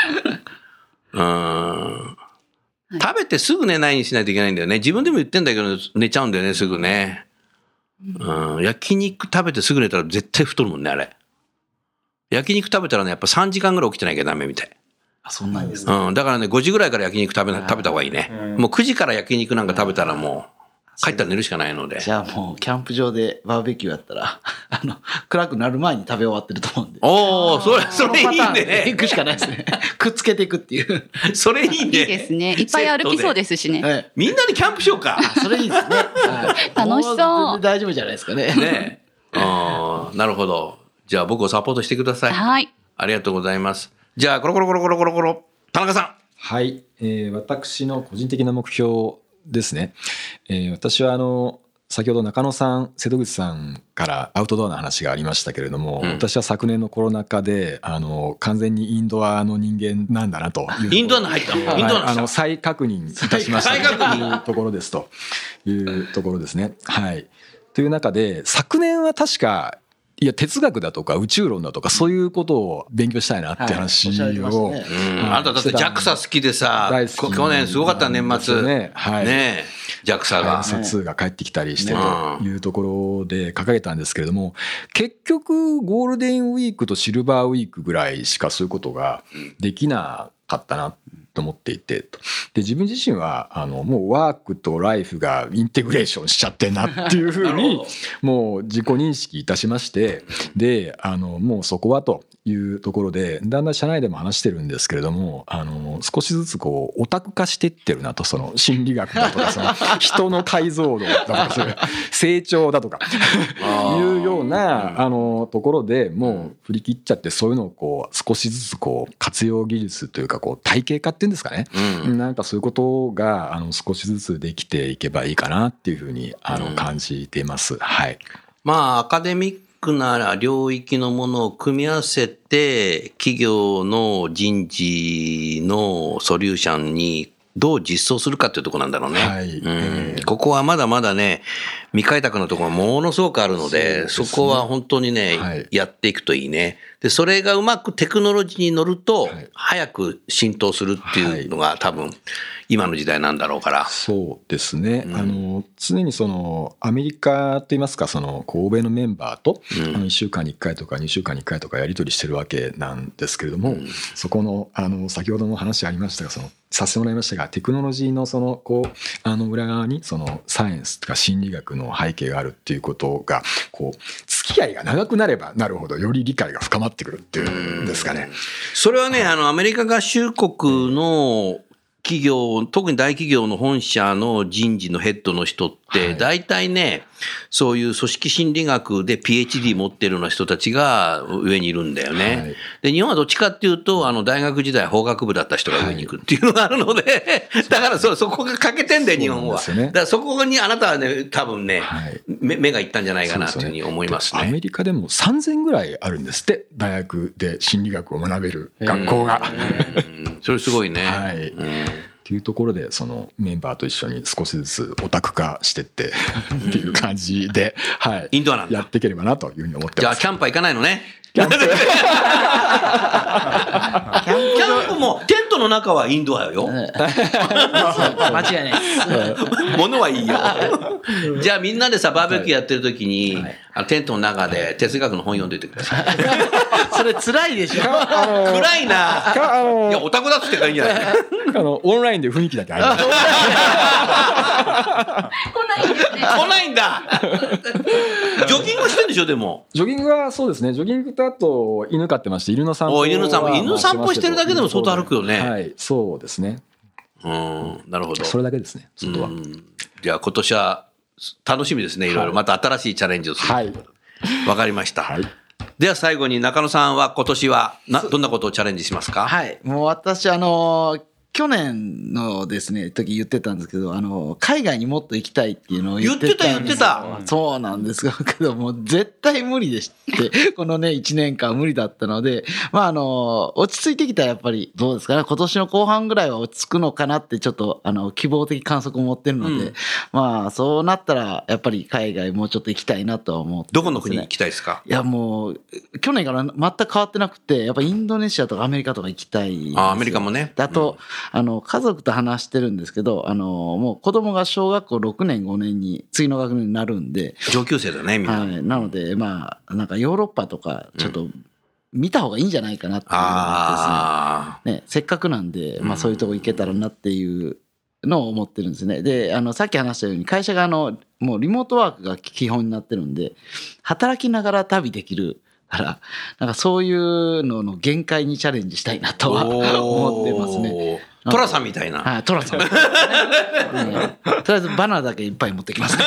S3: 食べてすぐ寝ないにしないといけないんだよね。自分でも言ってんだけど寝ちゃうんだよね、すぐね。焼肉食べてすぐ寝たら絶対太るもんね、あれ。焼肉食べたらね、やっぱ3時間ぐらい起きてなきゃダメみたい。
S4: そんなんですね。
S3: だからね、5時ぐらいから焼肉食べた方がいいね。もう9時から焼肉なんか食べたらもう、帰ったら寝るしかないので。
S4: じゃあもう、キャンプ場でバーベキューやったら、暗くなる前に食べ終わってると思うんで。
S3: それいいね。
S4: 行くしかないですね。くっつけていくっていう。
S3: それいいね。
S8: いいですね。いっぱい歩きそうですしね。
S3: みんなでキャンプしようか。
S4: それいいですね。
S8: 楽しそう。
S4: 大丈夫じゃないですかね。
S3: ね。なるほど。じゃあ僕をサポートしてください。
S8: はい。
S3: ありがとうございます。じゃあ、コロコロ、田中さん。
S5: はい。私の個人的な目標ですね。私は先ほど中野さん、瀬戸口さんからアウトドアの話がありましたけれども、私は昨年のコロナ禍で完全にインドアの人間なんだなという。
S3: インドアに入ったの？インドアの
S5: 再確認いたしましたというところですというところですね。はい。という中で昨年は確か哲学だとか宇宙論だとかそういうことを勉強したいなって話を、
S3: あなただって JAXA 好きでさ、去年すごかった年末ね、JAXA が
S5: 2が帰ってきたりしてというところで掲げたんですけれども、結局ゴールデンウィークとシルバーウィークぐらいしかそういうことができなかったなと思っていて、で自分自身はもうワークとライフがインテグレーションしちゃってんなっていうふうにもう自己認識いたしまして、でもうそこはというところでだんだん社内でも話してるんですけれども、少しずつこうオタク化していってるなと、その心理学だとかその人の解像度だとか成長だとかいうようなところでもう振り切っちゃって、そういうのをこう少しずつこう活用技術というかこう体系化っていうんですかね、なんかそういうことが少しずつできていけばいいかなっていうふうに感じています。はい。
S3: まあアカデミックな領域のものを組み合わせて企業の人事のソリューションにどう実装するかっていうところなんだろうね。
S5: はい、
S3: ここはまだまだね、未開拓のところがものすごくあるので、そこは本当にね、
S5: はい、
S3: やっていくといいね。で、それがうまくテクノロジーに乗ると、早く浸透するっていうのが多分、今の時代なんだろうから。
S5: そうですね。常にそのアメリカといいますか、その欧米のメンバーと1週間に1回とか2週間に1回とかやり取りしてるわけなんですけれども、そこの先ほどの話ありましたが、させてもらいましたが、テクノロジーの裏側にそのサイエンスとか心理学の背景があるっていうことが付き合いが長くなればなるほどより理解が深まってくるっていうんですかね。
S3: それはね、アメリカ合衆国の企業、特に大企業の本社の人事のヘッドの人って大体ね、そういう組織心理学で PhD 持ってるような人たちが上にいるんだよね。で、日本はどっちかっていうと、大学時代法学部だった人が上に行くっていうのがあるので、だからそこが欠けてんだよ、日本は。だからそこにあなたはね、多分ね、目がいったんじゃないかなというふうに思いますね。
S5: アメリカでも3000ぐらいあるんですって、大学で心理学を学べる学校が。
S3: それすごいね。
S5: はい。っていうところで、そのメンバーと一緒に少しずつオタク化してってっていう感じで、はい、
S3: インドアなんだ。
S5: やっていければなというふうに思ってます。
S3: じゃあキャンプは行かないのね。
S5: キャンプ
S3: もテントの中はインドアよ。
S4: 間違いないです。
S3: 物はいいよ。じゃあみんなでさバーベキューやってる時に、テントの中で哲学の本読んでてください。
S4: それ辛いでしょ。
S3: 暗いな。いやオタクだっつってからいいんじゃない。
S5: オンラインで雰囲気だけあります。
S3: 来ないんだ。ジョギングしてんでしょでも。
S5: ジョギングはそうですね。ジョギングとあと犬飼ってまして、犬の散歩。
S3: 犬の散歩してるだけでも相当歩くよね。
S5: はい、そうですね。
S3: なるほど。
S5: それだけですね。外は。
S3: じゃあ今年は楽しみですね。いろいろまた新しいチャレンジをする。はい。わかりました。はい。では最後に中野さんは今年はどんなことをチャレンジしますか？
S4: はい。もう私去年のですね、時言ってたんですけど、海外にもっと行きたいっていうのを言ってたんです。
S3: 言ってた。
S4: そうなんですけど、もう絶対無理でして、このね、1年間無理だったので、落ち着いてきたらやっぱり、どうですかね、今年の後半ぐらいは落ち着くのかなってちょっと、希望的観測を持ってるので、そうなったら、やっぱり海外もうちょっと行きたいなとは思って、ね。
S3: どこの国行きたいですか？
S4: いや、もう、去年から全く変わってなくて、やっぱインドネシアとかアメリカとか行きたい。
S3: アメリカもね。
S4: あと、家族と話してるんですけど、もう子供が小学校6年5年に次の学年になるんで、
S3: 上級生だねみんな。
S4: はい、なのでなんかヨーロッパとかちょっと見た方がいいんじゃないかなっていうのがですね、せっかくなんで、そういうとこ行けたらなっていうのを思ってるんですね。で、さっき話したように会社がもうリモートワークが基本になってるんで、働きながら旅できるからなんかそういうのの限界にチャレンジしたいなとは思ってますね。
S3: トラさんみたいな。
S4: はい、トラさん。とりあえずバナナだけいっぱい持ってきます。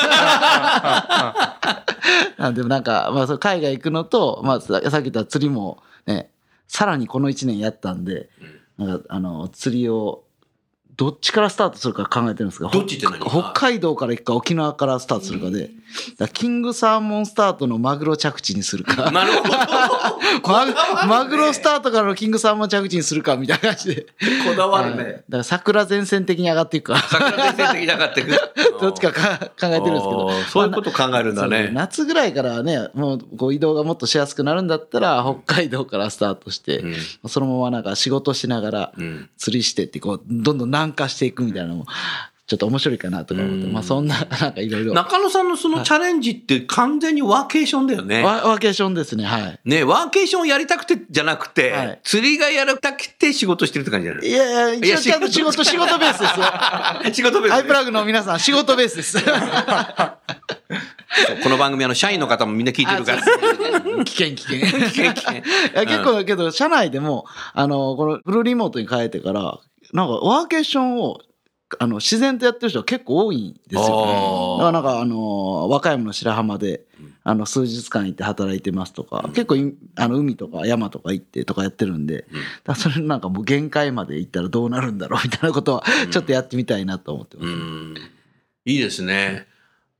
S4: でもなんか、海外行くのと、さっき言った釣りもね、さらにこの1年やったんで、なんか釣りをどっちからスタートするか考えてるんですが、
S3: どっちって何？
S4: 北海道から行くか沖縄からスタートするかで、キングサーモンスタートのマグロ着地にするか。
S3: なるほど。
S4: マグロスタートからのキングサーモン着地にするかみたいな感じで。
S3: こだわるね。
S4: だから桜前線的に上がっていくか。
S3: 桜前線的に上がっていく。
S4: どっちか考えてるんですけど。
S3: そういうこと考えるんだね。
S4: 夏ぐらいからね、もう移動がもっとしやすくなるんだったら、北海道からスタートして、そのままなんか仕事しながら釣りしてって、どんどん南下していくみたいなのも、ちょっと面白いかなとか思って、そんな、なんかいろいろ。
S3: 中野さんのそのチャレンジって完全にワーケーションだよね。
S4: ワーケーションですね、はい。
S3: ね、ワーケーションをやりたくてじゃなくて、釣りがやりたくて仕事してるって感じじゃない？
S4: いや、一応ちゃんと仕事ベースですよ。
S3: 仕事ベース。
S4: アイプラグの皆さん、仕事ベースです。
S3: この番組社員の方もみんな聞いてるから。
S4: 危険。結構だけど、社内でも、このフルリモートに変えてから、なんかワーケーションを自然とやってる人が結構多いんですよ。だからなんか和歌山の白浜で数日間行って働いてますとか、結構海とか山とか行ってとかやってるんで、だそれなんかもう限界まで行ったらどうなるんだろうみたいなことはちょっとやってみたいなと思ってます。
S3: いいですね。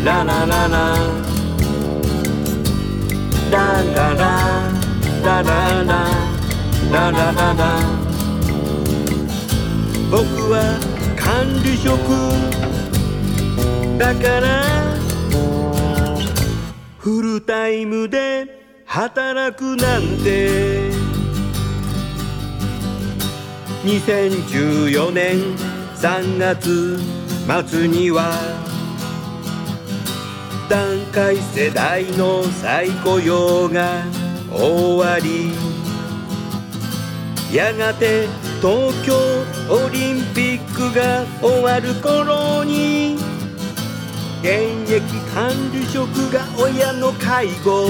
S2: ララララララララララララララ僕は管理職だからフルタイムで働くなんて2014年3月末には団塊世代の再雇用が終わりやがて東京オリンピックが終わる頃に現役管理職が親の介護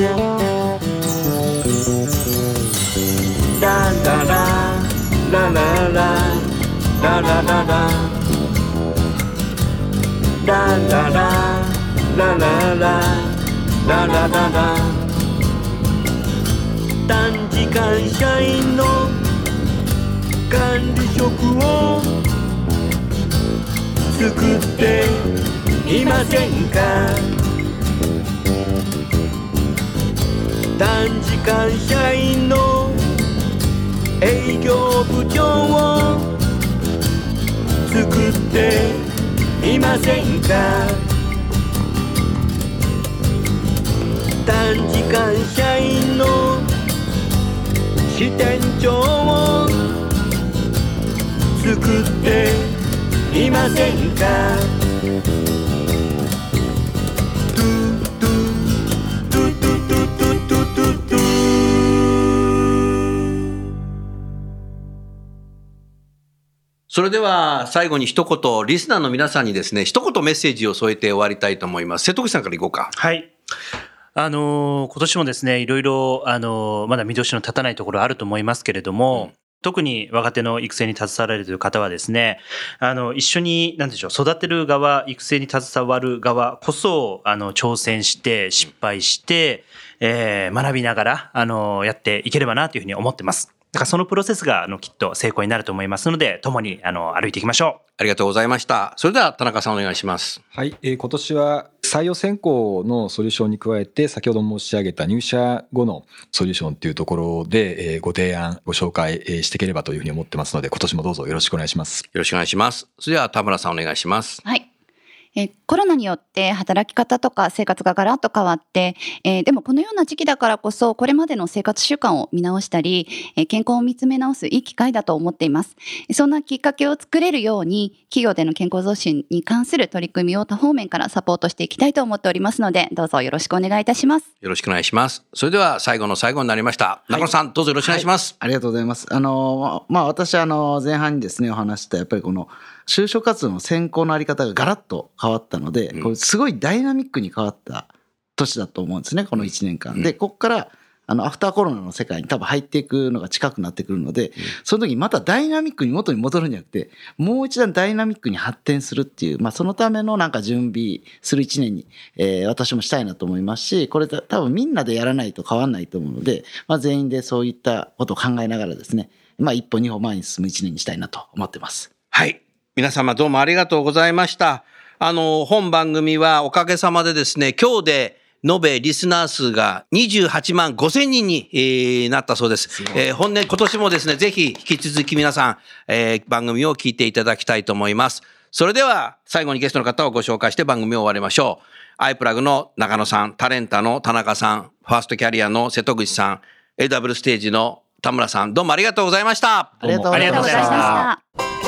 S2: ラララララララララララララララララララ短時間社員の管理職を作っていませんか短時間社員の営業部長を作っていませんか短時間社員の支店長を作っていませんか
S3: それでは最後に一言、リスナーの皆さんにですね、一言メッセージを添えて終わりたいと思います。瀬戸口さんからいこうか。
S6: はい。今年もですね、いろいろ、まだ見通しの立たないところあると思いますけれども、特に若手の育成に携わられるという方はですね、一緒に、なんでしょう、育てる側、育成に携わる側こそ、挑戦して、失敗して、学びながら、やっていければなというふうに思ってます。だからそのプロセスがきっと成功になると思いますので、共に歩いていきましょう。
S3: ありがとうございました。それでは田中さんお願いします。
S5: はい、今年は採用選考のソリューションに加えて、先ほど申し上げた入社後のソリューションというところでご提案ご紹介していければというふうに思ってますので、今年もどうぞよろしくお願いします。
S3: よろしくお願いします。それでは田村さんお願いします。
S8: はい。コロナによって働き方とか生活がガラッと変わって、でもこのような時期だからこそこれまでの生活習慣を見直したり、健康を見つめ直すいい機会だと思っています。そんなきっかけを作れるように企業での健康増進に関する取り組みを多方面からサポートしていきたいと思っておりますので、どうぞよろしくお願いいたします。
S3: よろしくお願いします。それでは最後の最後になりました。中野さん、どうぞよろしくお願いします。
S4: ありがとうございます。私前半にですねお話したやっぱりこの就職活動の選考のあり方がガラッと変わったので、これすごいダイナミックに変わった年だと思うんですね、この1年間で。ここからアフターコロナの世界に多分入っていくのが近くなってくるので、その時にまたダイナミックに元に戻るんじゃなくて、もう一段ダイナミックに発展するっていう、そのためのなんか準備する1年に、私もしたいなと思いますし、これ多分みんなでやらないと変わんないと思うので、全員でそういったことを考えながらですね、一歩二歩前に進む1年にしたいなと思ってます。
S3: はい。皆様どうもありがとうございました。本番組はおかげさまでですね、今日で延べリスナー数が28万5千人に、なったそうです。今年もですね、ぜひ引き続き皆さん、番組を聞いていただきたいと思います。それでは最後にゲストの方をご紹介して番組を終わりましょう。アイプラグの中野さん、タレンタの田中さん、ファーストキャリアの瀬戸口さん、AW ステージの田村さん、どうもありがとうございました。
S4: ありがとうございました。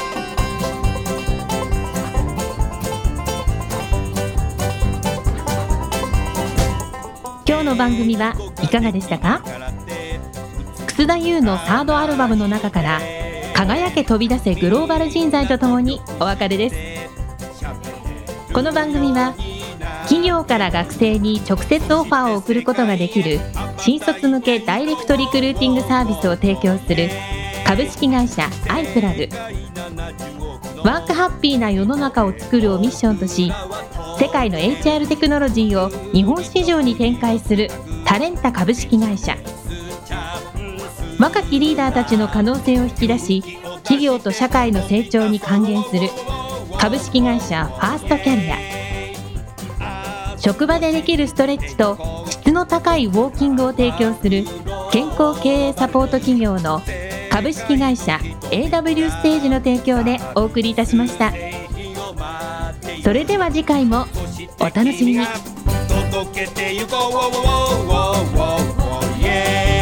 S1: 今日の番組はいかがでしたか？楠田優のサードアルバムの中から輝け飛び出せグローバル人材とともにお別れです。この番組は企業から学生に直接オファーを送ることができる新卒向けダイレクトリクルーティングサービスを提供する株式会社アイプラグ、ワークハッピーな世の中を作るをミッションとし、世界の HR テクノロジーを日本市場に展開するタレンタ株式会社、若きリーダーたちの可能性を引き出し企業と社会の成長に還元する株式会社ファーストキャリア、 職場でできるストレッチと質の高いウォーキングを提供する健康経営サポート企業の株式会社 AW ステージの提供でお送りいたしました。それでは次回もお楽しみに。
S2: 届けてゆこう、イエーイ